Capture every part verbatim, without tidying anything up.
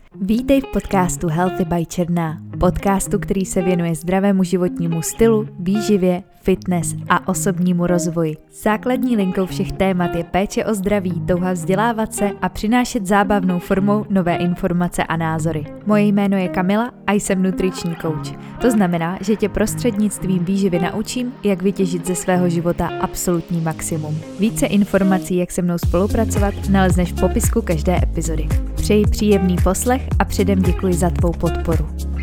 Vítej v podcastu Healthy by Černá, podcastu, který se věnuje zdravému životnímu stylu, výživě, fitness a osobnímu rozvoji. Základní linkou všech témat je péče o zdraví, touha vzdělávat se a přinášet zábavnou formou nové informace a názory. Moje jméno je Kamila a jsem nutriční coach. To znamená, že tě prostřednictvím výživy naučím, jak vytěžit ze svého života absolutní maximum. Více informací, jak se mnou spolupracovat, nalezneš v popisku každé epizody. Přeji příjemný poslech a předem děkuji za tvou podporu.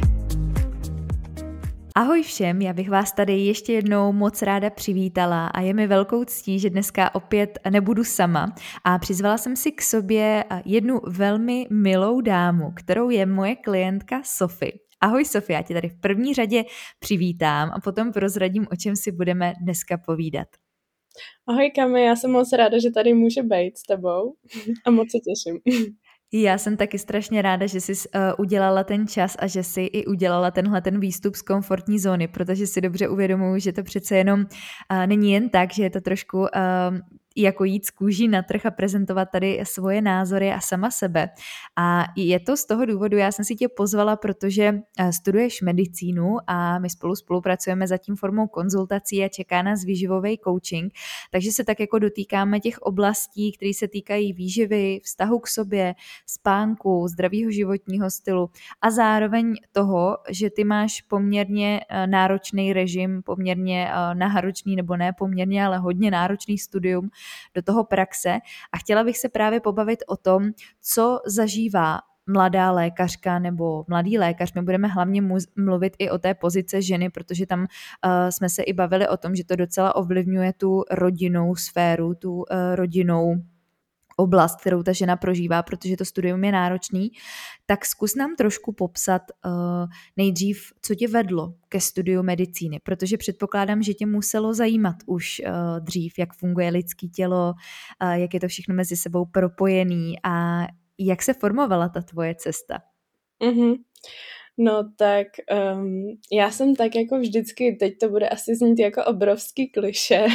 Ahoj všem, já bych vás tady ještě jednou moc ráda přivítala a je mi velkou ctí, že dneska opět nebudu sama a přizvala jsem si k sobě jednu velmi milou dámu, kterou je moje klientka Sofie. Ahoj Sofie, já tě tady v první řadě přivítám a potom prozradím, o čem si budeme dneska povídat. Ahoj Kami, já jsem moc ráda, že tady může být s tebou a moc se těším. Já jsem taky strašně ráda, že jsi uh, udělala ten čas a že jsi i udělala tenhle ten výstup z komfortní zóny, protože si dobře uvědomuji, že to přece jenom uh, není jen tak, že je to trošku uh, jako jít z kůží na trh a prezentovat tady svoje názory a sama sebe. A je to z toho důvodu, já jsem si tě pozvala, protože uh, studuješ medicínu a my spolu spolupracujeme zatím formou konzultací a čeká nás výživový coaching, takže se tak jako dotýkáme těch oblastí, které se týkají výživy, vztahu k sobě, spánku, zdravého životního stylu a zároveň toho, že ty máš poměrně náročný režim, poměrně náročný nebo ne poměrně, ale hodně náročný studium do toho praxe a chtěla bych se právě pobavit o tom, co zažívá mladá lékařka nebo mladý lékař. My budeme hlavně mluvit i o té pozice ženy, protože tam uh, jsme se i bavili o tom, že to docela ovlivňuje tu rodinnou sféru, tu uh, rodinnou oblast, kterou ta žena prožívá, protože to studium je náročný, tak zkus nám trošku popsat uh, nejdřív, co tě vedlo ke studiu medicíny, protože předpokládám, že tě muselo zajímat už uh, dřív, jak funguje lidské tělo, uh, jak je to všechno mezi sebou propojený a jak se formovala ta tvoje cesta. Mm-hmm. No tak um, já jsem tak jako vždycky, teď to bude asi znít jako obrovský klišé,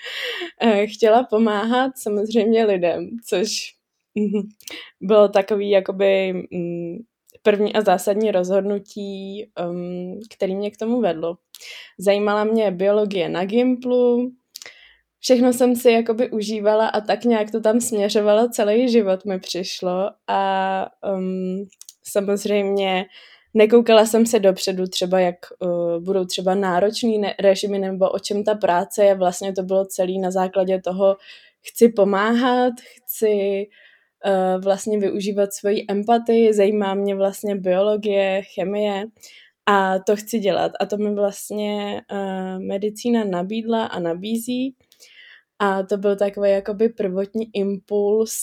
chtěla pomáhat samozřejmě lidem, což mm, bylo takový jakoby mm, první a zásadní rozhodnutí, um, který mě k tomu vedlo. Zajímala mě biologie na Gimplu, všechno jsem si jakoby užívala a tak nějak to tam směřovalo, celý život mi přišlo a um, samozřejmě nekoukala jsem se dopředu třeba, jak uh, budou třeba náročný ne- režimy nebo o čem ta práce je. Vlastně to bylo celý na základě toho, chci pomáhat, chci uh, vlastně využívat svoji empatii, zajímá mě vlastně biologie, chemie a to chci dělat. A to mi vlastně uh, medicína nabídla a nabízí. A to byl takový jakoby prvotní impuls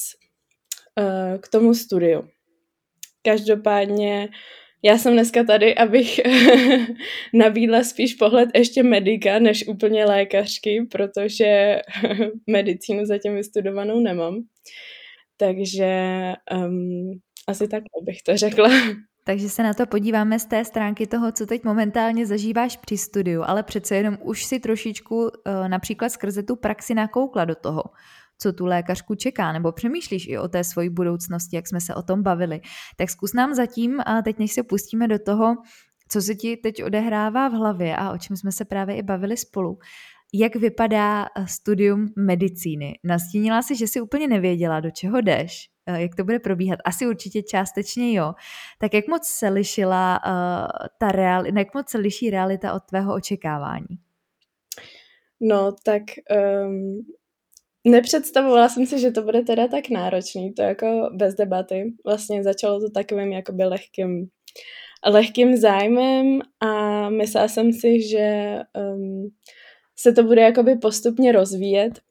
uh, k tomu studiu. Každopádně já jsem dneska tady, abych nabídla spíš pohled ještě medika, než úplně lékařky, protože medicínu zatím vystudovanou nemám. Takže um, asi tak bych to řekla. Takže se na to podíváme z té stránky toho, co teď momentálně zažíváš při studiu, ale přece jenom už si trošičku například skrze tu praxi nakoukla do toho, co tu lékařku čeká, nebo přemýšlíš i o té svojí budoucnosti, jak jsme se o tom bavili. Tak zkus nám zatím, a teď než se pustíme do toho, co se ti teď odehrává v hlavě a o čem jsme se právě i bavili spolu, jak vypadá studium medicíny. Nastínila si, že jsi úplně nevěděla, do čeho jdeš, jak to bude probíhat. Asi určitě částečně jo. Tak jak moc se lišila uh, ta realita, jak moc se liší realita od tvého očekávání? No, tak um, nepředstavovala jsem si, že to bude teda tak náročný, to jako bez debaty. Vlastně začalo to takovým jakoby lehkým, lehkým zájmem a myslela jsem si, že um, se to bude jakoby postupně rozvíjet.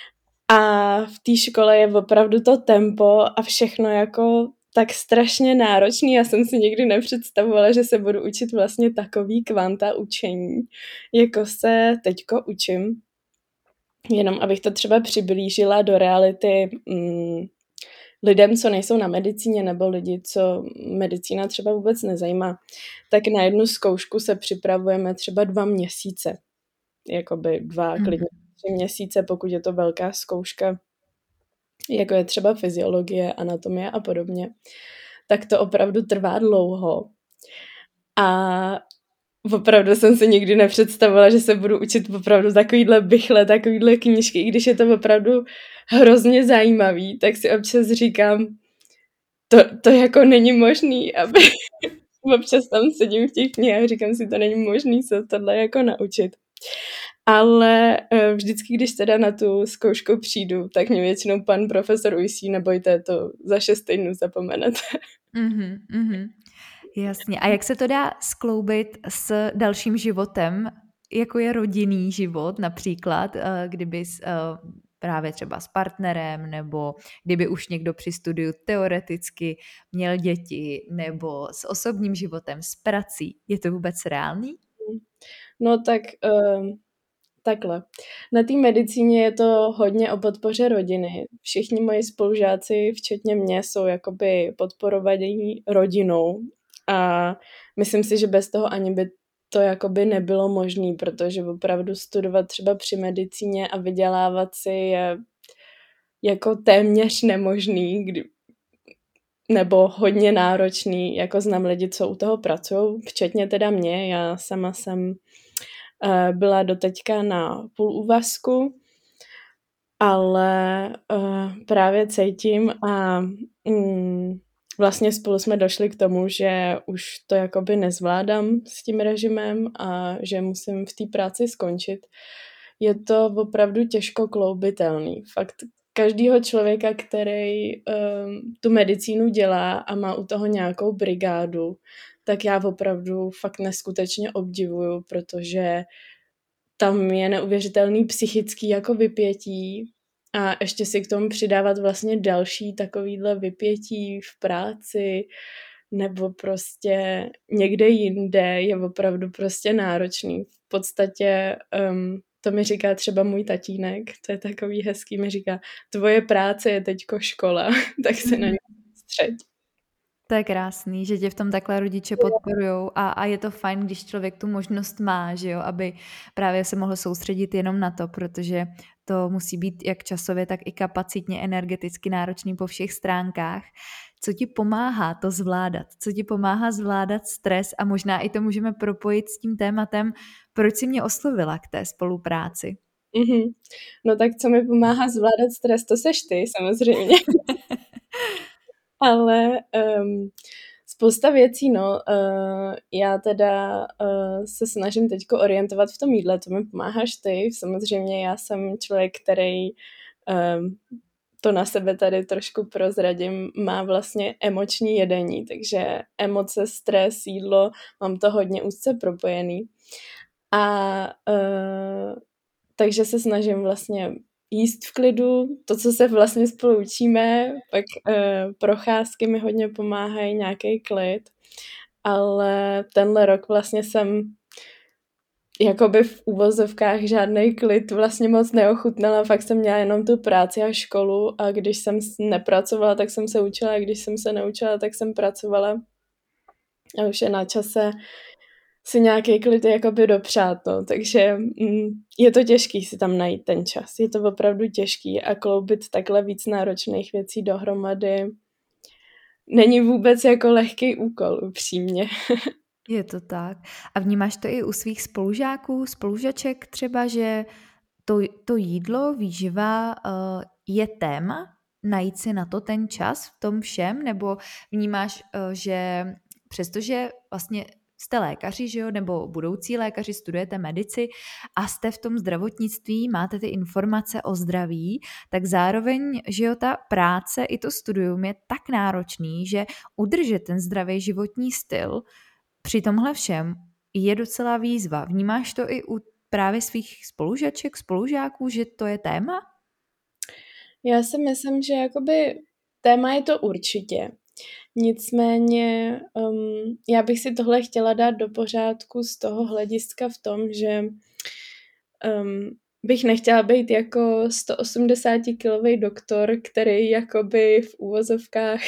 A v té škole je opravdu to tempo a všechno jako tak strašně náročný. Já jsem si nikdy nepředstavovala, že se budu učit vlastně takový kvanta učení, jako se teďko učím. Jenom abych to třeba přiblížila do reality mm, lidem, co nejsou na medicíně, nebo lidi, co medicína třeba vůbec nezajímá, tak na jednu zkoušku se připravujeme třeba dva měsíce. Jakoby dva, mm. klidně tři měsíce, pokud je to velká zkouška, jako je třeba fyziologie, anatomie a podobně. tak to opravdu trvá dlouho. A opravdu jsem si nikdy nepředstavila, že se budu učit opravdu takovýhle bychle, takovýhle knížky, i když je to opravdu hrozně zajímavý, tak si občas říkám, to, to jako není možný, aby občas tam sedím v těch knihách a říkám si, to není možný se tohle jako naučit. Ale vždycky, když teda na tu zkoušku přijdu, tak mě většinou pan profesor ujistí, nebojte, to za šest týdnů zapomenete. Mm-hmm, mm-hmm. Jasně. A jak se to dá skloubit s dalším životem, jako je rodinný život například, kdyby právě třeba s partnerem, nebo kdyby už někdo při studiu teoreticky měl děti, nebo s osobním životem, s prací. Je to vůbec reálný? No tak uh, takhle. Na té medicíně je to hodně o podpoře rodiny. Všichni moji spolužáci, včetně mě, jsou jakoby podporovaní rodinou a myslím si, že bez toho ani by to jakoby nebylo možné, protože opravdu studovat třeba při medicíně a vydělávat si je jako téměř nemožný, kdy, nebo hodně náročný, jako znám lidi, co u toho pracují, včetně teda mě. Já sama jsem uh, byla doteďka na půl úvazku, ale uh, právě cítím a mm, vlastně spolu jsme došli k tomu, že už to jakoby nezvládám s tím režimem a že musím v té práci skončit. Je to opravdu těžko kloubitelný. Fakt každýho člověka, který um, tu medicínu dělá a má u toho nějakou brigádu, tak já opravdu fakt neskutečně obdivuju, protože tam je neuvěřitelný psychický jako vypětí a ještě si k tomu přidávat vlastně další takovýhle vypětí v práci nebo prostě někde jinde je opravdu prostě náročný. V podstatě um, to mi říká třeba můj tatínek, to je takový hezký, mi říká, tvoje práce je teďko škola, tak se na ně střeď. To je krásný, že tě v tom takhle rodiče podporujou a, a je to fajn, když člověk tu možnost má, že jo, aby právě se mohl soustředit jenom na to, protože to musí být jak časově, tak i kapacitně, energeticky náročný po všech stránkách. Co ti pomáhá to zvládat? Co ti pomáhá zvládat stres? A možná i to můžeme propojit s tím tématem, proč jsi mě oslovila k té spolupráci? Mm-hmm. No tak co mi pomáhá zvládat stres, to seš ty samozřejmě. Ale um, spousta věcí, no, uh, já teda uh, se snažím teďko orientovat v tom jídle, to mi pomáháš ty, samozřejmě já jsem člověk, který um, to na sebe tady trošku prozradím, má vlastně emoční jedení, takže emoce, stres, jídlo, mám to hodně úzce propojený. A uh, takže se snažím vlastně jíst v klidu, to, co se vlastně spolu učíme, pak uh, procházky mi hodně pomáhají, nějaký klid, ale tenhle rok vlastně jsem jakoby v úvozovkách žádnej klid vlastně moc neochutnala, fakt jsem měla jenom tu práci a školu a když jsem nepracovala, tak jsem se učila a když jsem se neučila, tak jsem pracovala a už je na čase si nějaký klid jakoby dopřát, no. Takže mm, je to těžký si tam najít ten čas. Je to opravdu těžký a kloubit takhle víc náročných věcí dohromady není vůbec jako lehký úkol, upřímně. Je to tak. A vnímáš to i u svých spolužáků, spolužaček třeba, že to, to jídlo, výživa uh, je téma? Najít si na to ten čas v tom všem? Nebo vnímáš, uh, že přestože vlastně jste lékaři, že jo, nebo budoucí lékaři, studujete medici a jste v tom zdravotnictví, máte ty informace o zdraví, tak zároveň, že jo, ta práce i to studium je tak náročný, že udržet ten zdravý životní styl při tomhle všem je docela výzva. Vnímáš to i u právě svých spolužaček, spolužáků, že to je téma? Já si myslím, že jakoby téma je to určitě. Nicméně um, já bych si tohle chtěla dát do pořádku z toho hlediska v tom, že um, bych nechtěla být jako sto osmdesátikilový doktor, který jakoby v úvozovkách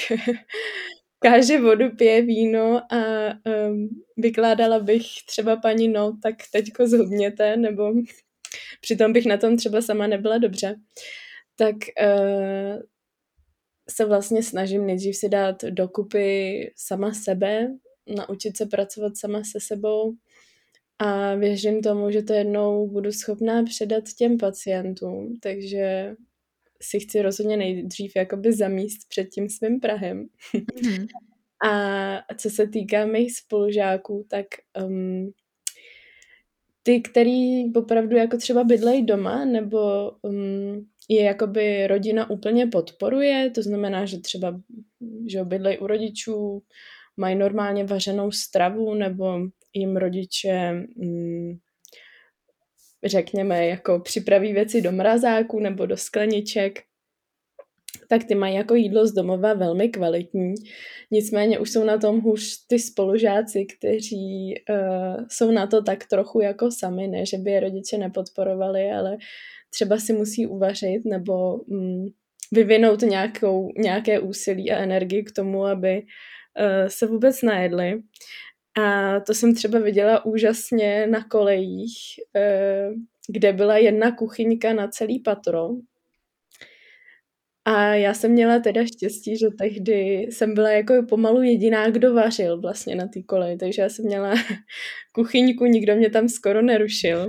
káže vodu, pije víno a um, vykládala bych třeba paní, no tak teďko zhubněte, nebo přitom bych na tom třeba sama nebyla dobře. Tak uh, se vlastně snažím nejdřív si dát dokupy sama sebe, naučit se pracovat sama se sebou a věřím tomu, že to jednou budu schopná předat těm pacientům, takže si chci rozhodně nejdřív jakoby zamíst před tím svým prahem. Mm-hmm. A co se týká mých spolužáků, tak um, ty, který opravdu jako třeba bydlejí doma, nebo um, je jakoby rodina úplně podporuje, to znamená, že třeba že bydlejí u rodičů, mají normálně vařenou stravu, nebo jim rodiče um, řekněme, jako připraví věci do mrazáku nebo do skleniček, tak ty mají jako jídlo z domova velmi kvalitní. Nicméně už jsou na tom hůř ty spolužáci, kteří uh, jsou na to tak trochu jako sami, ne, že by je rodiče nepodporovali, ale třeba si musí uvařit nebo um, vyvinout nějakou, nějaké úsilí a energii k tomu, aby uh, se vůbec najedli. A to jsem třeba viděla úžasně na kolejích, uh, kde byla jedna kuchyňka na celý patro. A já jsem měla teda štěstí, že tehdy jsem byla jako pomalu jediná, kdo vařil vlastně na té koleji, takže já jsem měla kuchyňku, nikdo mě tam skoro nerušil.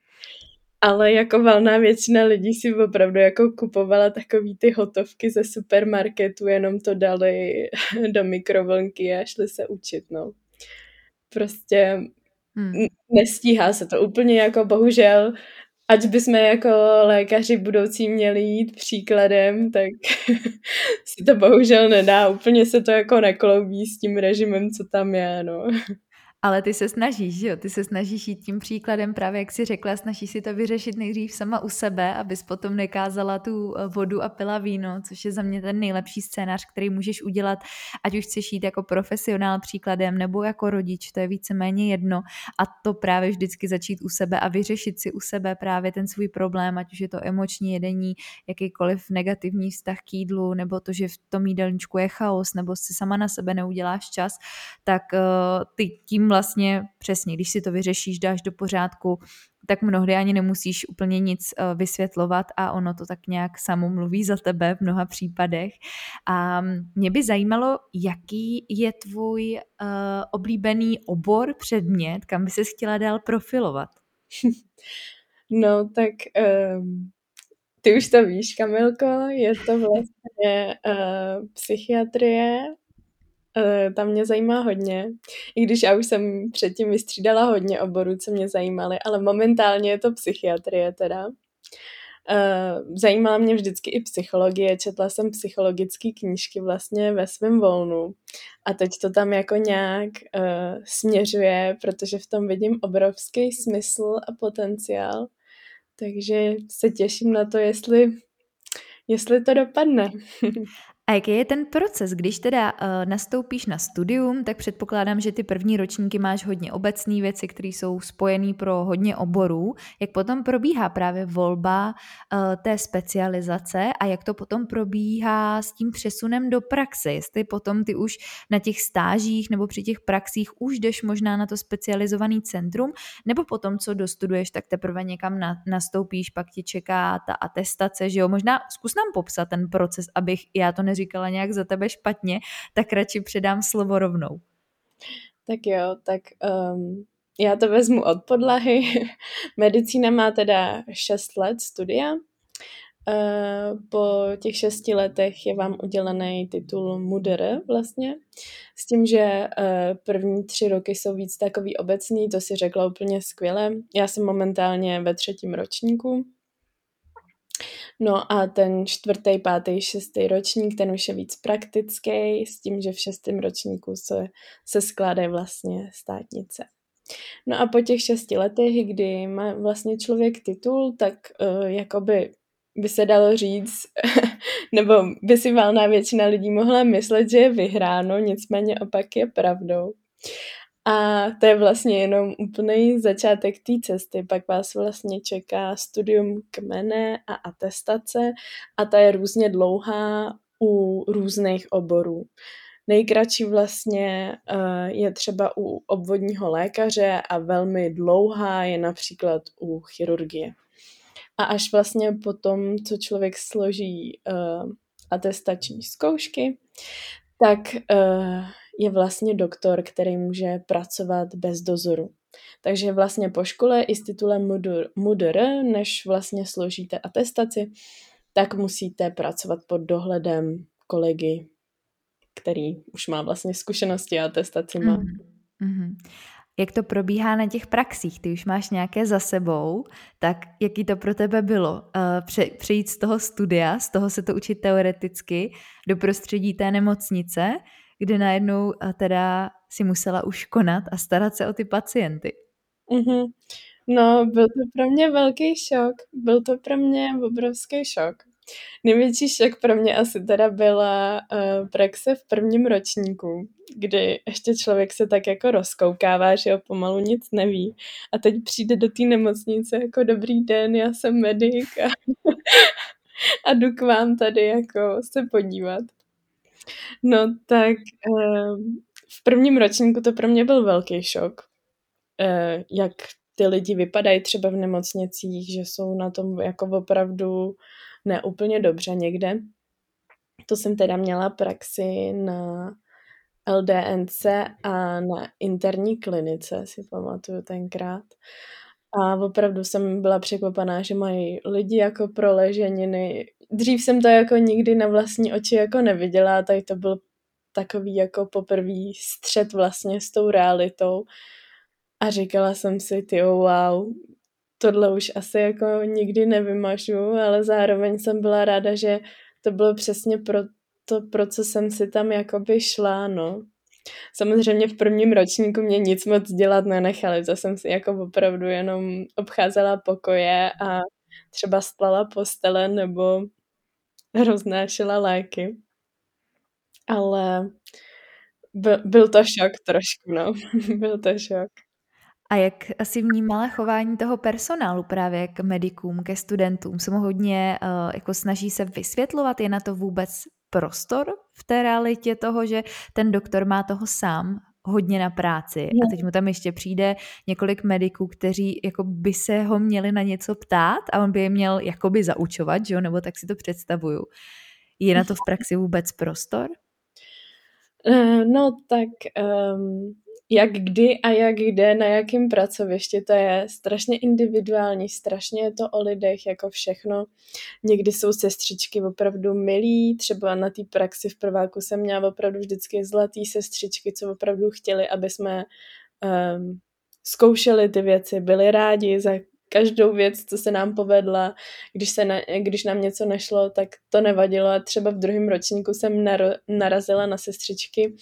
Ale jako valná většina lidí si opravdu jako kupovala takový ty hotovky ze supermarketu, jenom to dali do mikrovlnky a šli se učit, no. Prostě hmm. nestíhá se to úplně jako bohužel. Ať bychom jako lékaři budoucí měli jít příkladem, tak si to bohužel nedá. Úplně se to jako nekloubí s tím režimem, co tam je, no. Ale ty se snažíš, jo? Ty se snažíš jít tím příkladem, právě jak jsi řekla, snažíš si to vyřešit nejdřív sama u sebe, abys potom nekázala tu vodu a pila víno, což je za mě ten nejlepší scénář, který můžeš udělat, ať už chceš jít jako profesionál příkladem nebo jako rodič, to je víceméně jedno. A to právě vždycky začít u sebe a vyřešit si u sebe právě ten svůj problém, ať už je to emoční jedení, jakýkoliv negativní vztah k jídlu, nebo to, že v tom jídelníčku je chaos, nebo si sama na sebe neuděláš čas, tak uh, ty tím vlastně přesně, když si to vyřešíš, dáš do pořádku, tak mnohdy ani nemusíš úplně nic uh, vysvětlovat a ono to tak nějak samo mluví za tebe v mnoha případech. A mě by zajímalo, jaký je tvůj uh, oblíbený obor, předmět, kam by ses chtěla dál profilovat? No, tak um, ty už to víš, Kamilko, je to vlastně uh, psychiatrie. Uh, tam mě zajímá hodně, i když já už jsem předtím vystřídala hodně oborů, co mě zajímaly, ale momentálně je to psychiatrie teda. Uh, zajímala mě vždycky i psychologie, četla jsem psychologické knížky vlastně ve svém volnu a teď to tam jako nějak uh, směřuje, protože v tom vidím obrovský smysl a potenciál, takže se těším na to, jestli, jestli to dopadne. A jaký je ten proces? Když teda uh, nastoupíš na studium, tak předpokládám, že ty první ročníky máš hodně obecné věci, které jsou spojené pro hodně oborů. Jak potom probíhá právě volba uh, té specializace a jak to potom probíhá s tím přesunem do praxe? Jestli potom ty už na těch stážích nebo při těch praxích už jdeš možná na to specializované centrum, nebo potom, co dostuduješ, tak teprve někam na, nastoupíš, pak ti čeká ta atestace, že jo? Možná zkus nám popsat ten proces, abych já to neříkala nějak za tebe špatně, tak radši předám slovo rovnou. Tak jo, tak um, já to vezmu od podlahy. Medicína má teda šest let studia. Uh, po těch šesti letech je vám udělený titul M U D R vlastně, s tím, že uh, první tři roky jsou víc takový obecný, to si řekla úplně skvěle. Já jsem momentálně ve třetím ročníku. No a ten čtvrtý, pátý, šestý ročník, ten už je víc praktický, s tím, že v šestém ročníku se, se skládají vlastně státnice. No a po těch šesti letech, kdy má vlastně člověk titul, tak uh, jakoby by se dalo říct, nebo by si valná většina lidí mohla myslet, že je vyhráno, nicméně opak je pravdou. A to je vlastně jenom úplný začátek té cesty. Pak vás vlastně čeká studium kmene a atestace a ta je různě dlouhá u různých oborů. Nejkratší vlastně uh, je třeba u obvodního lékaře a velmi dlouhá je například u chirurgie. A až vlastně potom, co člověk složí uh, atestační zkoušky, tak uh, je vlastně doktor, který může pracovat bez dozoru. Takže vlastně po škole i s titulem M D R, než vlastně složíte atestaci, tak musíte pracovat pod dohledem kolegy, který už má vlastně zkušenosti a atestaci má. Mm-hmm. Jak to probíhá na těch praxích? Ty už máš nějaké za sebou, tak jaký to pro tebe bylo? Pře- přejít z toho studia, z toho se to učit teoreticky, do prostředí té nemocnice, kde najednou teda si musela už konat a starat se o ty pacienty. Mm-hmm. No, byl to pro mě velký šok. Byl to pro mě obrovský šok. Největší šok pro mě asi teda byla uh, praxe v prvním ročníku, kdy ještě člověk se tak jako rozkoukává, že jo, pomalu nic neví. A teď přijde do té nemocnice jako dobrý den, já jsem medic a, a jdu k vám tady jako se podívat. No tak uh, v prvním ročníku to pro mě byl velký šok. Uh, jak ty lidi vypadají třeba v nemocnicích, že jsou na tom jako opravdu neúplně dobře někde. To jsem teda měla praxi na L D N C a na interní klinice, si pamatuju tenkrát. A opravdu jsem byla překvapaná, že mají lidi jako proleženiny. Dřív jsem to jako nikdy na vlastní oči jako neviděla, tady to byl takový jako poprvý střet vlastně s tou realitou. A říkala jsem si, tyjo, wow, tohle už asi jako nikdy nevymažu, ale zároveň jsem byla ráda, že to bylo přesně pro to, pro co jsem si tam jakoby šla, no. Samozřejmě v prvním ročníku mě nic moc dělat nenechali, to jsem si jako opravdu jenom obcházela pokoje a třeba stlala postele nebo roznášela léky. Ale byl, byl to šok trošku, no. Byl to šok. A jak asi vnímala chování toho personálu právě k medikům, ke studentům? Jsou hodně, uh, jako snaží se vysvětlovat, je na to vůbec prostor v té realitě toho, že ten doktor má toho sám hodně na práci a teď mu tam ještě přijde několik mediků, kteří jako by se ho měli na něco ptát a on by je měl jakoby zaučovat, že jo? Nebo tak si to představuju. Je na to v praxi vůbec prostor? No tak um, jak kdy a jak kde, na jakém pracovišti, to je strašně individuální, strašně je to o lidech, jako všechno. Někdy jsou sestřičky opravdu milí, třeba na té praxi v prváku jsem měla opravdu vždycky zlatý sestřičky, co opravdu chtěli, aby jsme um, zkoušeli ty věci, byli rádi za každou věc, co se nám povedla. Když, se na, když nám něco nešlo, tak to nevadilo. A třeba v druhém ročníku jsem naro, narazila na sestřičky,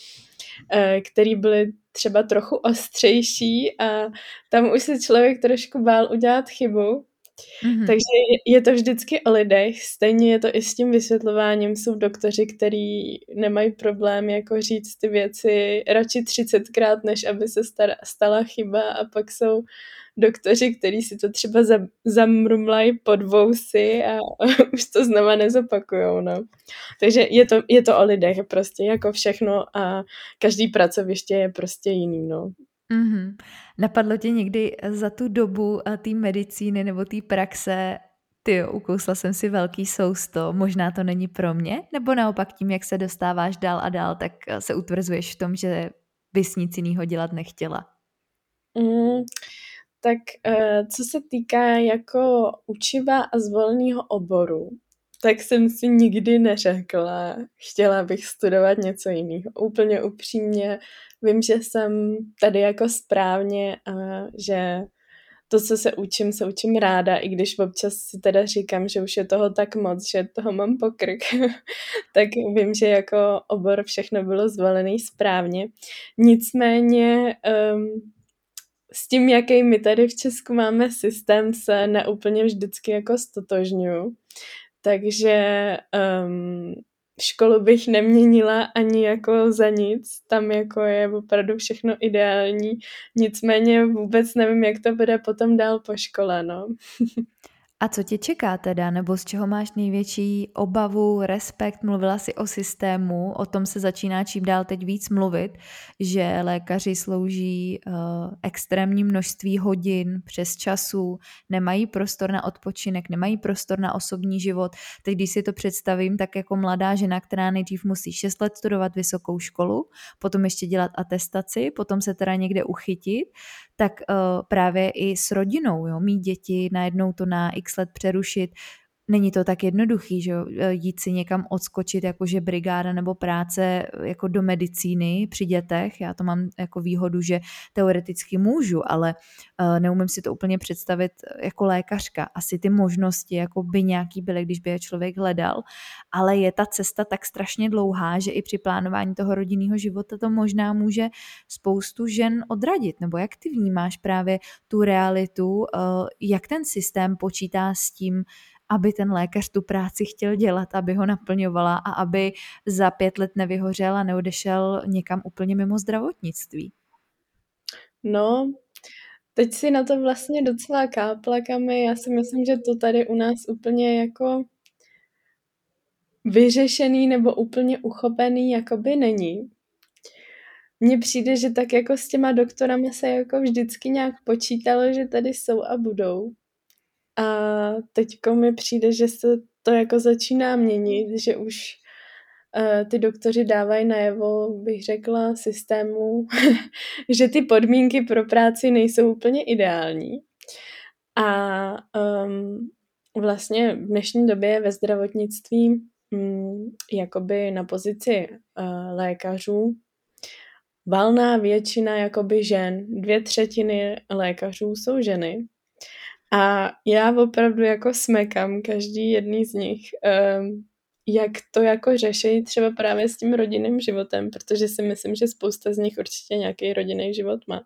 který byly třeba trochu ostřejší a tam už se člověk trošku bál udělat chybu. Mm-hmm. Takže je to vždycky o lidech, stejně je to i s tím vysvětlováním. Jsou doktoři, který nemají problém jako říct ty věci radši třicetkrát, než aby se stala chyba, a pak jsou doktoři, kteří si to třeba zamrumlají pod vousy a už to znova nezopakujou, no. Takže je to, je to o lidech prostě, jako všechno, a každý pracoviště je prostě jiný, no. Mm-hmm. Napadlo tě někdy za tu dobu té medicíny nebo té praxe, tyjo, ukousla jsem si velký sousto, možná to není pro mě, nebo naopak tím, jak se dostáváš dál a dál, tak se utvrzuješ v tom, že bys nic jinýho dělat nechtěla? Mm, tak co se týká jako učiva a zvoleného oboru, tak jsem si nikdy neřekla, chtěla bych studovat něco jiného. Úplně upřímně vím, že jsem tady jako správně a že to, co se učím, se učím ráda, i když občas si teda říkám, že už je toho tak moc, že toho mám pokrk, tak vím, že jako obor všechno bylo zvolený správně. Nicméně um, s tím, jaký my tady v Česku máme systém, se neúplně vždycky jako stotožňuju. Takže um, školu bych neměnila ani jako za nic, tam jako je opravdu všechno ideální, nicméně vůbec nevím, jak to bude potom dál po škole, no. A co tě čeká teda, nebo z čeho máš největší obavu, respekt? Mluvila jsi o systému, o tom se začíná čím dál teď víc mluvit, že lékaři slouží uh, extrémní množství hodin přes časů, nemají prostor na odpočinek, nemají prostor na osobní život. Teď, když si to představím, tak jako mladá žena, která nejdřív musí šest let studovat vysokou školu, potom ještě dělat atestaci, potom se teda někde uchytit, tak uh, právě i s rodinou, jo, mít děti, najednou to na x let přerušit, není to tak jednoduchý, že jo, jít si někam odskočit, jakože brigáda nebo práce jako do medicíny při dětech, já to mám jako výhodu, že teoreticky můžu, ale uh, neumím si to úplně představit jako lékařka, asi ty možnosti jako by nějaký byly, když by je člověk hledal, ale je ta cesta tak strašně dlouhá, že i při plánování toho rodinného života to možná může spoustu žen odradit, nebo jak ty vnímáš právě tu realitu, uh, jak ten systém počítá s tím, aby ten lékař tu práci chtěl dělat, aby ho naplňovala a aby za pět let nevyhořel a neodešel někam úplně mimo zdravotnictví. No, teď si na to vlastně docela káplakami. Já si myslím, že to tady u nás úplně jako vyřešený nebo úplně uchopený jakoby není. Mně přijde, že tak jako s těma doktorama se jako vždycky nějak počítalo, že tady jsou a budou. A teďko mi přijde, že se to jako začíná měnit, že už uh, ty doktoři dávají najevo, bych řekla, systému, že ty podmínky pro práci nejsou úplně ideální. A um, vlastně v dnešní době ve zdravotnictví um, jakoby na pozici uh, lékařů valná většina jakoby žen, dvě třetiny lékařů jsou ženy. A já opravdu jako smekám každý jedný z nich, um, jak to jako řeší třeba právě s tím rodinným životem, protože si myslím, že spousta z nich určitě nějaký rodinný život má.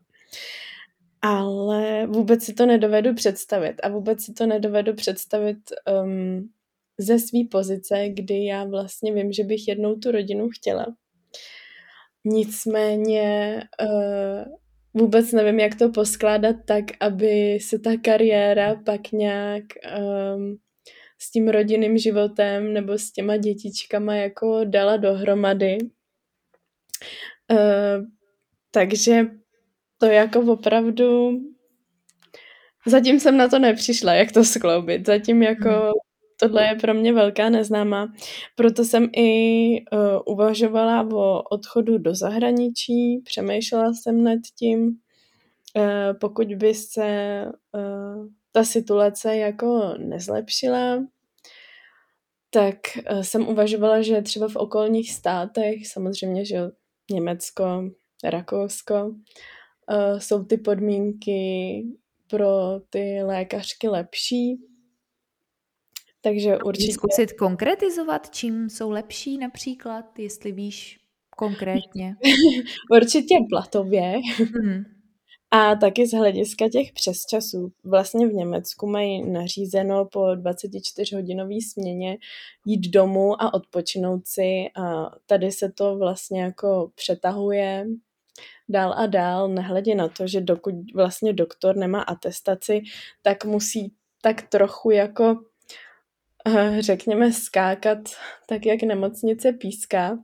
Ale vůbec si to nedovedu představit a vůbec si to nedovedu představit um, ze své pozice, kdy já vlastně vím, že bych jednou tu rodinu chtěla. Nicméně uh, vůbec nevím, jak to poskládat tak, aby se ta kariéra pak nějak um, s tím rodinným životem nebo s těma dětičkama jako dala dohromady. Uh, takže to jako opravdu zatím jsem na to nepřišla, jak to skloubit. Zatím jako hmm. tohle je pro mě velká neznámá. Proto jsem i uh, uvažovala o odchodu do zahraničí, přemýšlela jsem nad tím, uh, pokud by se uh, ta situace jako nezlepšila, tak uh, jsem uvažovala, že třeba v okolních státech, samozřejmě, že Německo, Rakousko, uh, jsou ty podmínky pro ty lékařky lepší. Takže určitě... Zkusit konkretizovat, čím jsou lepší například, jestli víš konkrétně. Určitě platově. Hmm. A taky z hlediska těch přesčasů. Vlastně v Německu mají nařízeno po dvacetičtyřhodinové směně jít domů a odpočinout si. A tady se to vlastně jako přetahuje dál a dál, nehledě na to, že dokud vlastně doktor nemá atestaci, tak musí tak trochu jako řekněme skákat tak, jak nemocnice píská.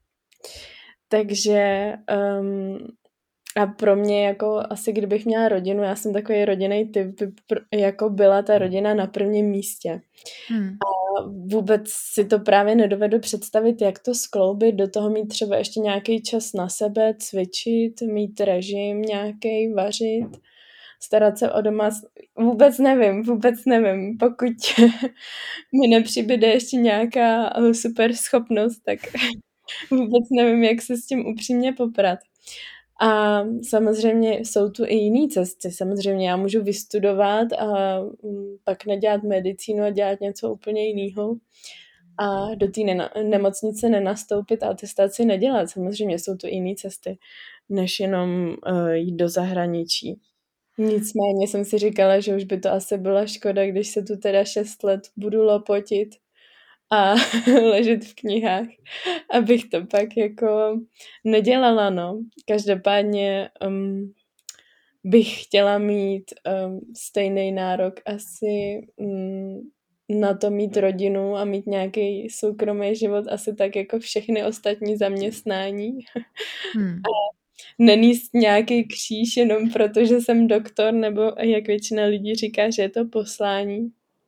Takže um, a pro mě jako asi kdybych měla rodinu, já jsem takový rodinný typ, jako byla ta rodina na prvním místě. Hmm. A vůbec si to právě nedovedu představit, jak to skloubit, do toho mít třeba ještě nějaký čas na sebe, cvičit, mít režim nějaký, vařit, starat se o doma, vůbec nevím, vůbec nevím. Pokud mi nepřibyde ještě nějaká super schopnost, tak vůbec nevím, jak se s tím upřímně poprat. A samozřejmě jsou tu i jiné cesty. Samozřejmě já můžu vystudovat a pak nedělat medicínu a dělat něco úplně jiného. A do té ne- nemocnice nenastoupit a atestaci nedělat. Samozřejmě jsou tu jiné cesty, než jenom uh, jít do zahraničí. Nicméně jsem si říkala, že už by to asi byla škoda, když se tu teda šest let budu lopotit a ležet v knihách, abych to pak jako nedělala, no. Každopádně um, bych chtěla mít um, stejný nárok asi um, na to mít rodinu a mít nějaký soukromý život asi tak jako všechny ostatní zaměstnání. Hmm. A nenést nějaký kříž jenom proto, že jsem doktor, nebo jak většina lidí říká, že je to poslání.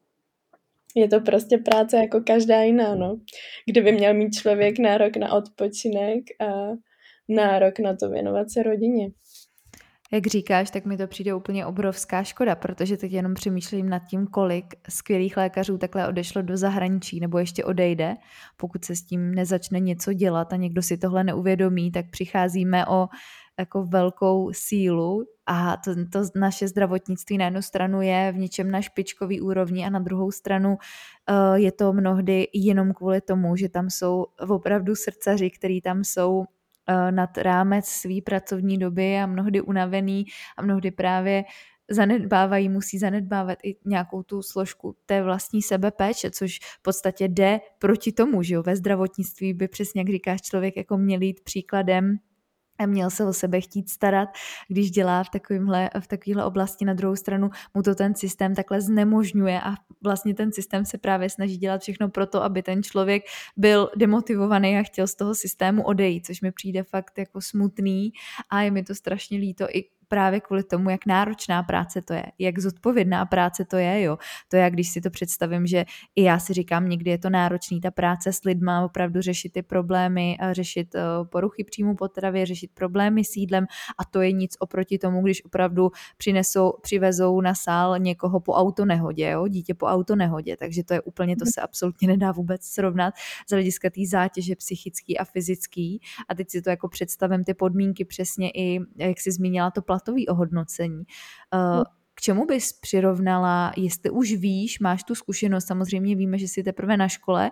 Je to prostě práce jako každá jiná, no. Kdyby měl mít člověk nárok na odpočinek a nárok na to věnovat se rodině. Jak říkáš, tak mi to přijde úplně obrovská škoda, protože teď jenom přemýšlím nad tím, kolik skvělých lékařů takhle odešlo do zahraničí nebo ještě odejde. Pokud se s tím nezačne něco dělat a někdo si tohle neuvědomí, tak přicházíme o jako velkou sílu a to, to naše zdravotnictví na jednu stranu je v něčem na špičkový úrovni a na druhou stranu uh, je to mnohdy jenom kvůli tomu, že tam jsou opravdu srdcaři, který tam jsou nad rámec svý pracovní doby a mnohdy unavený a mnohdy právě zanedbávají, musí zanedbávat i nějakou tu složku té vlastní sebepéče, což v podstatě jde proti tomu, že jo, ve zdravotnictví by přesně, jak říkáš, člověk jako měl jít příkladem a měl se o sebe chtít starat, když dělá v takovémhle, v takovéhle oblasti. Na druhou stranu mu to ten systém takhle znemožňuje a vlastně ten systém se právě snaží dělat všechno pro to, aby ten člověk byl demotivovaný a chtěl z toho systému odejít, což mi přijde fakt jako smutný a je mi to strašně líto i právě kvůli tomu, jak náročná práce to je, jak zodpovědná práce to je, jo. To je, když si to představím, že i já si říkám, někdy je to náročný, ta práce s lidma, opravdu řešit ty problémy, řešit poruchy příjmu potravy, řešit problémy s jídlem a to je nic oproti tomu, když opravdu přinesou, přivezou na sál někoho po autonehodě, jo, dítě po autonehodě, takže to je úplně, to se absolutně nedá vůbec srovnat z hlediska té zátěže psychický a fyzický a teď si to jako představím ty podmínky přesně i, jak jsi zmínila, to platový ohodnocení. K čemu bys přirovnala, jestli už víš, máš tu zkušenost, samozřejmě víme, že jsi teprve na škole,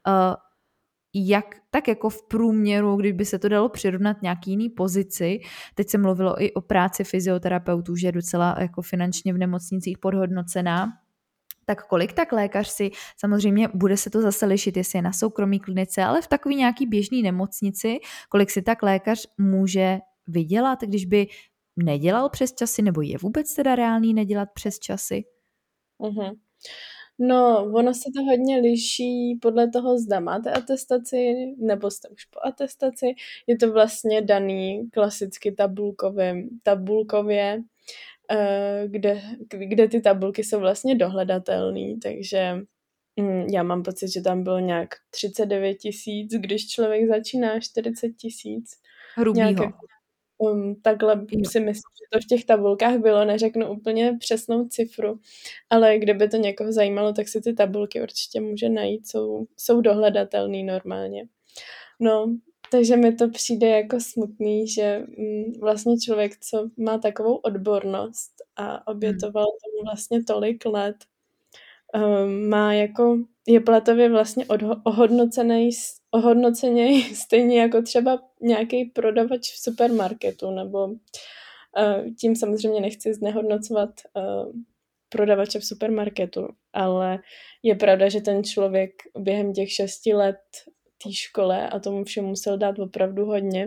jak tak jako v průměru, kdyby se to dalo přirovnat nějaký jiný pozici, teď se mluvilo i o práci fyzioterapeutů, že je docela jako finančně v nemocnicích podhodnocená, tak kolik tak lékař si, samozřejmě bude se to zase lišit, jestli je na soukromý klinice, ale v takový nějaký běžný nemocnici, kolik si tak lékař může vydělat, když by nedělal přes časy, nebo je vůbec teda reálný nedělat přes časy? Uh-huh. No, ono se to hodně liší podle toho, zda máte atestaci, nebo jste už po atestaci. Je to vlastně daný klasicky tabulkově, tabulkově kde, kde ty tabulky jsou vlastně dohledatelné, takže mm, já mám pocit, že tam bylo nějak třicet devět tisíc, když člověk začíná čtyřicet tisíc. Hrubýho. Um, takhle jo. Si myslím, že to v těch tabulkách bylo, neřeknu úplně přesnou cifru, ale kdyby to někoho zajímalo, tak si ty tabulky určitě může najít, jsou, jsou dohledatelný normálně. No, takže mi to přijde jako smutný, že mm, vlastně člověk, co má takovou odbornost a obětoval tomu vlastně tolik let, um, má jako, je platově vlastně odho- ohodnocený, ohodnocený stejně jako třeba nějaký prodavač v supermarketu, nebo uh, tím samozřejmě nechci znehodnocovat uh, prodavače v supermarketu, ale je pravda, že ten člověk během těch šesti let té škole a tomu všemu musel dát opravdu hodně.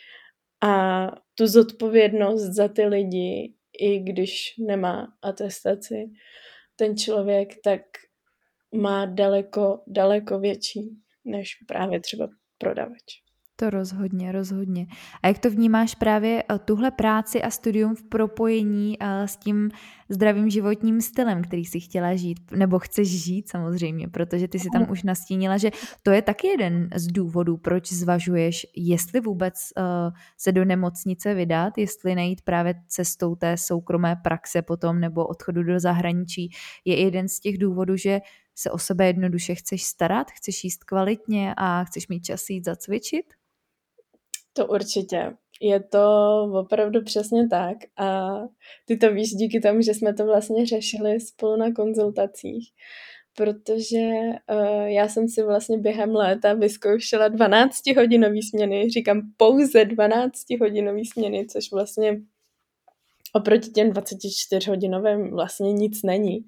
A tu zodpovědnost za ty lidi, i když nemá atestaci, ten člověk tak má daleko, daleko větší než právě třeba prodavač. To rozhodně, rozhodně. A jak to vnímáš právě tuhle práci a studium v propojení s tím zdravým životním stylem, který jsi chtěla žít, nebo chceš žít samozřejmě, protože ty si tam už nastínila, že to je taky jeden z důvodů, proč zvažuješ, jestli vůbec uh, se do nemocnice vydat, jestli nejít právě cestou té soukromé praxe potom nebo odchodu do zahraničí, je jeden z těch důvodů, že se o sebe jednoduše chceš starat, chceš jíst kvalitně a chceš mít čas jít zacvičit? To určitě. Je to opravdu přesně tak a ty to víš díky tomu, že jsme to vlastně řešili spolu na konzultacích, protože uh, já jsem si vlastně během léta vyzkoušela dvanáctihodinový směny, říkám pouze dvanáctihodinový směny, což vlastně oproti těm dvacetičtyřhodinovým vlastně nic není.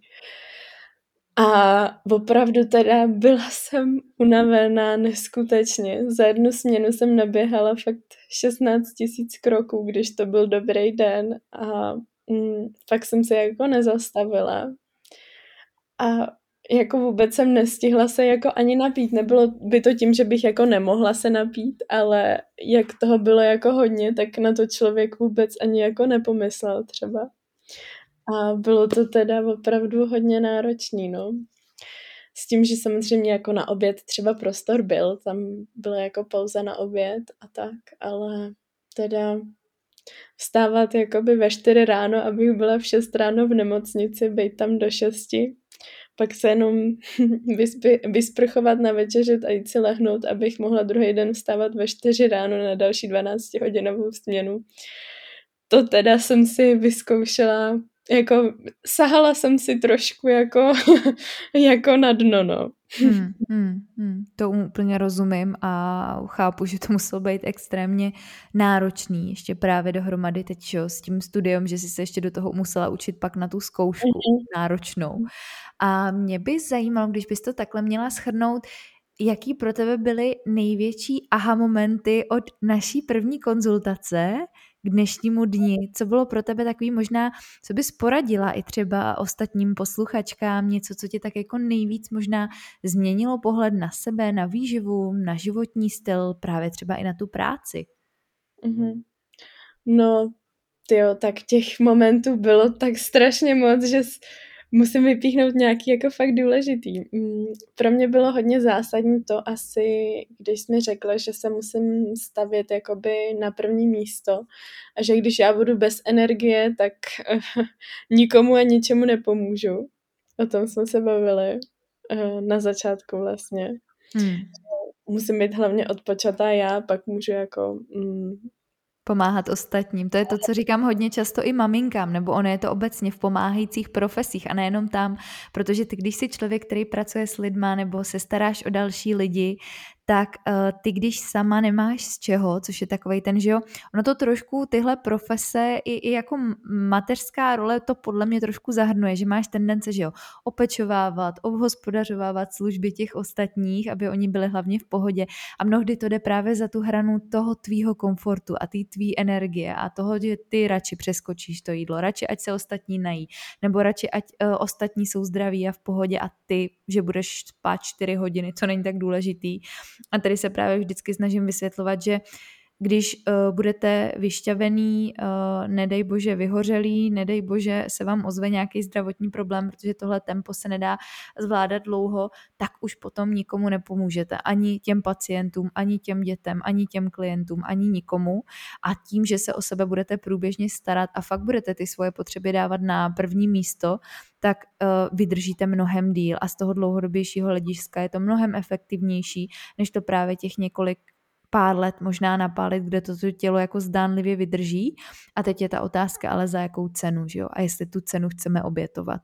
A opravdu teda byla jsem unavená neskutečně. Za jednu směnu jsem naběhala fakt šestnáct tisíc kroků, když to byl dobrý den a mm, fakt jsem se jako nezastavila. A jako vůbec jsem nestihla se jako ani napít. Nebylo by to tím, že bych jako nemohla se napít, ale jak toho bylo jako hodně, tak na to člověk vůbec ani jako nepomyslel třeba. A bylo to teda opravdu hodně náročný, no. S tím, že samozřejmě jako na oběd třeba prostor byl, tam byla jako pauza na oběd a tak, ale teda vstávat jakoby ve čtyři ráno, abych byla v šest ráno v nemocnici, být tam do šesti, pak se jenom vyspy, vysprchovat, navečeřit a jít si lehnout, abych mohla druhý den vstávat ve čtyři ráno na další dvanáctihodinovou směnu. To teda jsem si vyzkoušela, jako sahala jsem si trošku jako, jako na dno, no. Hmm, hmm, hmm. To úplně rozumím a chápu, že to muselo být extrémně náročný, ještě právě dohromady teď čo, s tím studiem, že jsi se ještě do toho musela učit pak na tu zkoušku Mhm. náročnou. A mě by zajímalo, když bys to takhle měla shrnout, jaký pro tebe byly největší aha momenty od naší první konzultace k dnešnímu dni? Co bylo pro tebe takový možná, co bys poradila i třeba ostatním posluchačkám, něco, co tě tak jako nejvíc možná změnilo pohled na sebe, na výživu, na životní styl, právě třeba i na tu práci? Mhm. No, tyjo, tak těch momentů bylo tak strašně moc, že s- musím vypíchnout nějaký jako fakt důležitý. Mm, Pro mě bylo hodně zásadní to asi, když jsi mi řekla, že se musím stavět jakoby na první místo a že když já budu bez energie, tak nikomu a ničemu nepomůžu. O tom jsme se bavili eh, na začátku vlastně. Hmm. Musím být hlavně odpočatá já, pak můžu jako mm, Pomáhat ostatním. To je to, co říkám hodně často i maminkám, nebo ono je to obecně v pomáhajících profesích a nejenom tam, protože ty, když jsi člověk, který pracuje s lidma nebo se staráš o další lidi, tak uh, ty, když sama nemáš z čeho, což je takovej ten, že jo, ono to trošku tyhle profese i, i jako mateřská role to podle mě trošku zahrnuje, že máš tendence, že jo, opečovávat, obhospodařovávat služby těch ostatních, aby oni byli hlavně v pohodě a mnohdy to jde právě za tu hranu toho tvýho komfortu a té tvý energie a toho, že ty radši přeskočíš to jídlo, radši ať se ostatní nají, nebo radši ať uh, ostatní jsou zdraví a v pohodě a ty, že budeš spát čtyři hodiny, co není tak důležitý. A tady se právě vždycky snažím vysvětlovat, že když uh, budete vyšťavený, uh, nedej bože vyhořelý, nedej bože se vám ozve nějaký zdravotní problém, protože tohle tempo se nedá zvládat dlouho, tak už potom nikomu nepomůžete. Ani těm pacientům, ani těm dětem, ani těm klientům, ani nikomu. A tím, že se o sebe budete průběžně starat a fakt budete ty svoje potřeby dávat na první místo, tak uh, vydržíte mnohem díl a z toho dlouhodobějšího hlediska je to mnohem efektivnější, než to právě těch několik pár let možná napálit, kde to, to tělo jako zdánlivě vydrží. A teď je ta otázka, ale za jakou cenu, že jo? A jestli tu cenu chceme obětovat.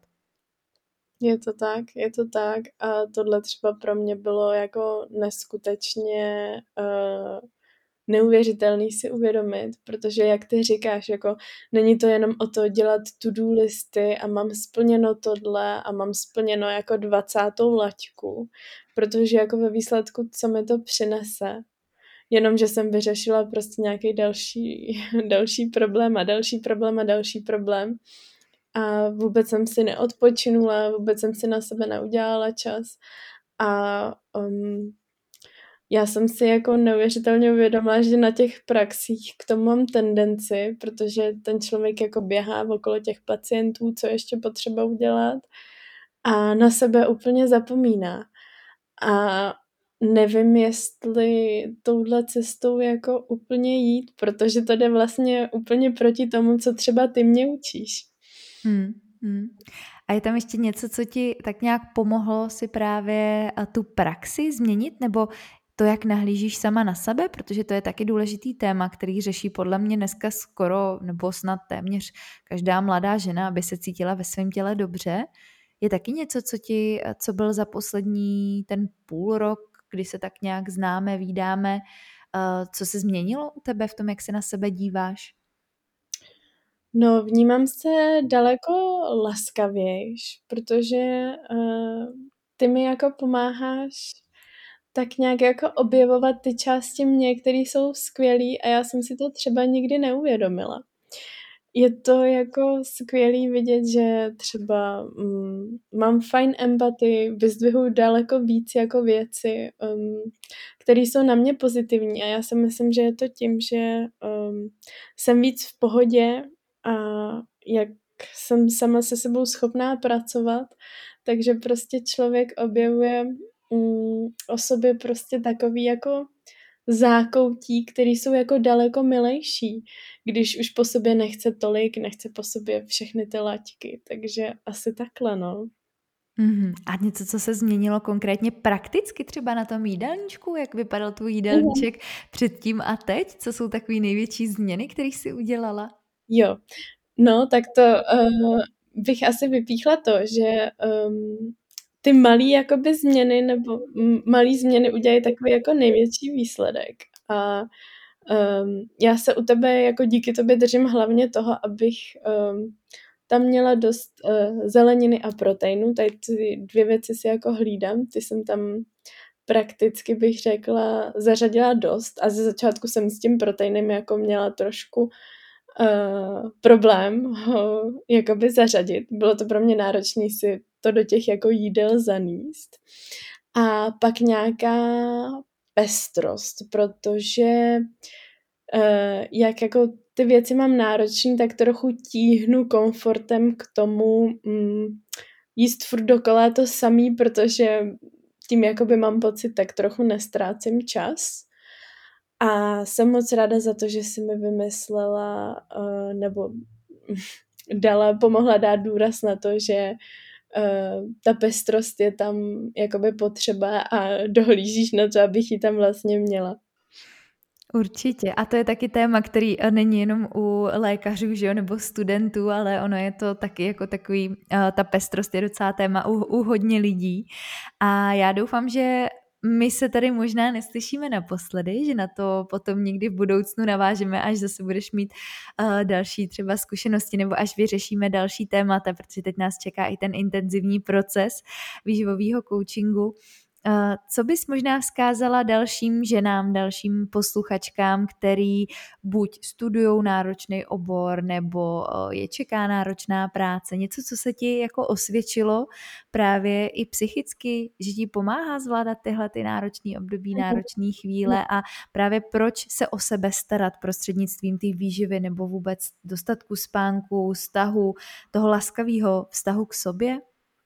Je to tak, je to tak a tohle třeba pro mě bylo jako neskutečně uh, neuvěřitelný si uvědomit, protože jak ty říkáš, jako není to jenom o to dělat to-do listy a mám splněno tohle a mám splněno jako dvacátou laťku, protože jako ve výsledku, co mi to přinese, jenom, že jsem vyřešila prostě nějaký další, další problém a další problém a další problém. A vůbec jsem si neodpočinula, vůbec jsem si na sebe neudělala čas. A um, já jsem si jako neuvěřitelně uvědomila, že na těch praxích k tomu mám tendenci, protože ten člověk jako běhá okolo těch pacientů, co ještě potřeba udělat a na sebe úplně zapomíná. A nevím, jestli touhle cestou jako úplně jít, protože to jde vlastně úplně proti tomu, co třeba ty mě učíš. Hmm, hmm. A je tam ještě něco, co ti tak nějak pomohlo si právě tu praxi změnit, nebo to, jak nahlížíš sama na sebe, protože to je taky důležitý téma, který řeší podle mě dneska skoro, nebo snad téměř každá mladá žena, aby se cítila ve svém těle dobře. Je taky něco, co ti, co byl za poslední ten půl rok, kdy se tak nějak známe, vídáme, co se změnilo u tebe v tom, jak se na sebe díváš? No, vnímám se daleko laskavějš, protože uh, ty mi jako pomáháš tak nějak jako objevovat ty části mě, které jsou skvělý a já jsem si to třeba nikdy neuvědomila. je to jako skvělý vidět, že třeba mm, mám fajn empatii, vyzdvihuju daleko víc jako věci, um, které jsou na mě pozitivní a já si myslím, že je to tím, že um, jsem víc v pohodě a jak jsem sama se sebou schopná pracovat, takže prostě člověk objevuje um, o sobě prostě takový jako zákoutí, které jsou jako daleko milejší, když už po sobě nechce tolik, nechce po sobě všechny ty laťky, takže asi takhle, no. Mm-hmm. A něco, co se změnilo konkrétně prakticky třeba na tom jídelníčku? Jak vypadal tvůj jídelníček mm-hmm. předtím a teď? Co jsou takové největší změny, které jsi udělala? Jo, no tak to uh, bych asi vypíchla to, že um, ty malý jakoby změny nebo malý změny udělají takový jako největší výsledek. A um, já se u tebe jako díky tobě držím hlavně toho, abych um, tam měla dost uh, zeleniny a proteinu. Tady ty dvě věci si jako hlídám. Ty jsem tam prakticky bych řekla zařadila dost a ze začátku jsem s tím proteinem jako měla trošku uh, problém ho jakoby zařadit. Bylo to pro mě náročné si to do těch jako jídel zaníst. A pak nějaká pestrost, protože uh, jak jako ty věci mám náročný, tak trochu tíhnu komfortem k tomu mm, jíst furt dokola to samý, protože tím jakoby mám pocit, tak trochu nestrácím čas. A jsem moc ráda za to, že si mi vymyslela uh, nebo dala, pomohla dát důraz na to, že uh, ta pestrost je tam jakoby potřeba a dohlížíš na to, abych ji tam vlastně měla. Určitě. A to je taky téma, který není jenom u lékařů, že jo, nebo studentů, ale ono je to taky jako takový, ta pestrost je docela téma u, u hodně lidí. A já doufám, že my se tady možná neslyšíme naposledy, že na to potom někdy v budoucnu navážeme, až zase budeš mít uh, další třeba zkušenosti nebo až vyřešíme další témata, protože teď nás čeká i ten intenzivní proces výživového coachingu. Uh, co bys možná vzkázala dalším ženám, dalším posluchačkám, který buď studujou náročný obor, nebo uh, je čeká náročná práce, něco, co se ti jako osvědčilo právě i psychicky, že ti pomáhá zvládat tyhle ty náročný období, náročný chvíle a právě proč se o sebe starat prostřednictvím té výživy nebo vůbec dostatku spánku, vztahu, toho laskavého vztahu k sobě?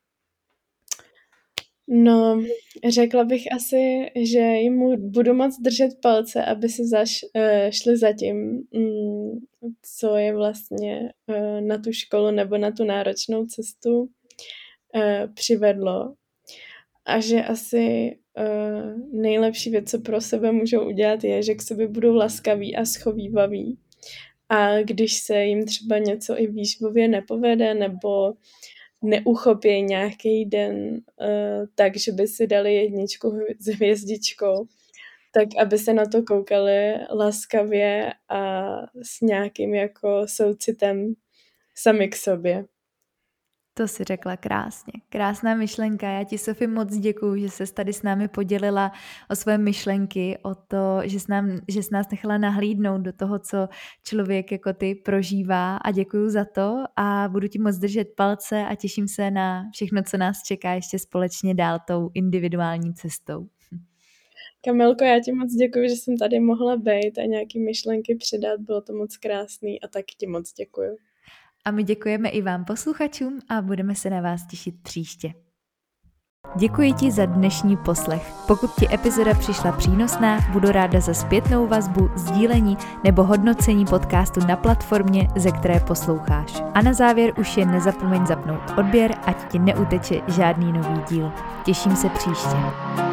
No, řekla bych asi, že jim budu moc držet palce, aby se zaš, uh, šli za tím, um, co je vlastně uh, na tu školu nebo na tu náročnou cestu uh, přivedlo. A že asi uh, nejlepší věc, co pro sebe můžou udělat, je, že k sobě budou laskaví a schovývaví. A když se jim třeba něco i výživově nepovede, nebo neuchopí nějaký den uh, tak, že by si dali jedničku s hvězdičkou, tak aby se na to koukali laskavě a s nějakým jako soucitem sami k sobě. To si řekla krásně. Krásná myšlenka. Já ti, Sofie, moc děkuju, že ses tady s námi podělila o své myšlenky, o to, že jsi, nám, že jsi nás nechala nahlídnout do toho, co člověk jako ty prožívá, a děkuju za to a budu ti moc držet palce a těším se na všechno, co nás čeká ještě společně dál tou individuální cestou. Kamilko, já ti moc děkuji, že jsem tady mohla být a nějaký myšlenky předat, bylo to moc krásný a taky ti moc děkuju. A my děkujeme i vám posluchačům a budeme se na vás těšit příště. Děkuji ti za dnešní poslech. Pokud ti epizoda přišla přínosná, budu ráda za zpětnou vazbu, sdílení nebo hodnocení podcastu na platformě, ze které posloucháš. A na závěr už jen nezapomeň zapnout odběr, ať ti neuteče žádný nový díl. Těším se příště.